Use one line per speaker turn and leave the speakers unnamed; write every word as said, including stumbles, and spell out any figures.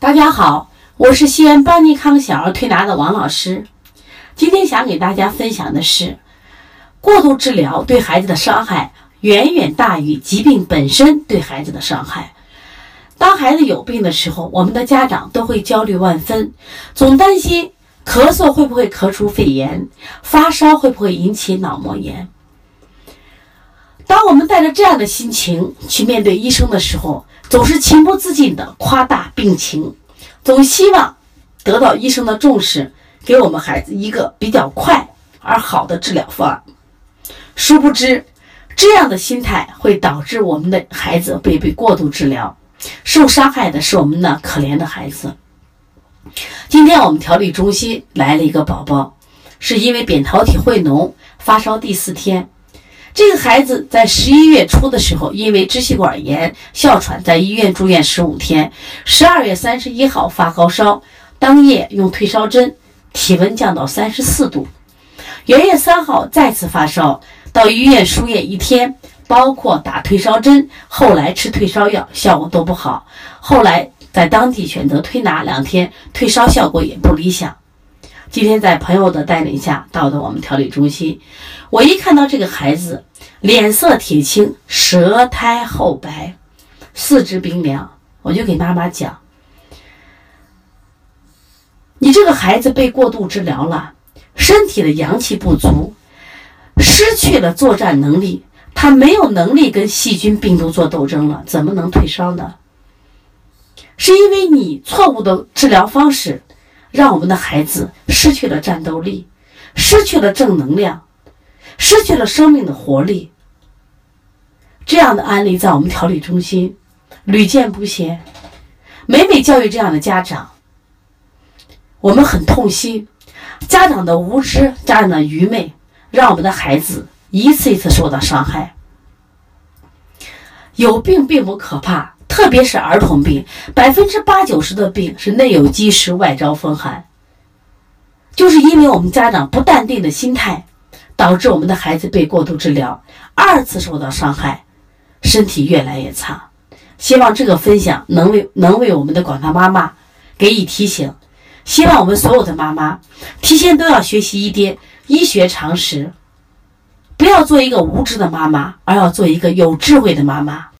大家好，我是西安邦尼康小儿推拿的王老师。今天想给大家分享的是，过度治疗对孩子的伤害远远大于疾病本身对孩子的伤害。当孩子有病的时候，我们的家长都会焦虑万分，总担心咳嗽会不会咳出肺炎，发烧会不会引起脑膜炎。当我们带着这样的心情去面对医生的时候，总是情不自禁地夸大病情，总希望得到医生的重视，给我们孩子一个比较快而好的治疗方案。殊不知，这样的心态会导致我们的孩子被被过度治疗，受伤害的是我们那可怜的孩子。今天我们调理中心来了一个宝宝，是因为扁桃体会脓发烧第四天。这个孩子在十一月初的时候，因为支气管炎哮喘，在医院住院十五天。十二月三十一号发高烧，当夜用退烧针，体温降到三十四度。元月三号再次发烧，到医院输液一天，包括打退烧针，后来吃退烧药，效果都不好。后来在当地选择推拿两天，退烧效果也不理想。今天在朋友的带领下到的我们调理中心，我一看到这个孩子脸色铁青，舌苔厚白，四肢冰凉，我就给妈妈讲，你这个孩子被过度治疗了，身体的阳气不足，失去了作战能力，他没有能力跟细菌病毒做斗争了，怎么能退烧呢？是因为你错误的治疗方式让我们的孩子失去了战斗力，失去了正能量，失去了生命的活力。这样的案例在我们调理中心屡见不鲜，每每教育这样的家长，我们很痛心，家长的无知，家长的愚昧，让我们的孩子一次一次受到伤害。有病并不可怕，特别是儿童病，百分之八九十的病是内有积食，外招风寒，就是因为我们家长不淡定的心态，导致我们的孩子被过度治疗，二次受到伤害，身体越来越差。希望这个分享能为能为我们的广大妈妈给予提醒，希望我们所有的妈妈提前都要学习一点医学常识，不要做一个无知的妈妈，而要做一个有智慧的妈妈。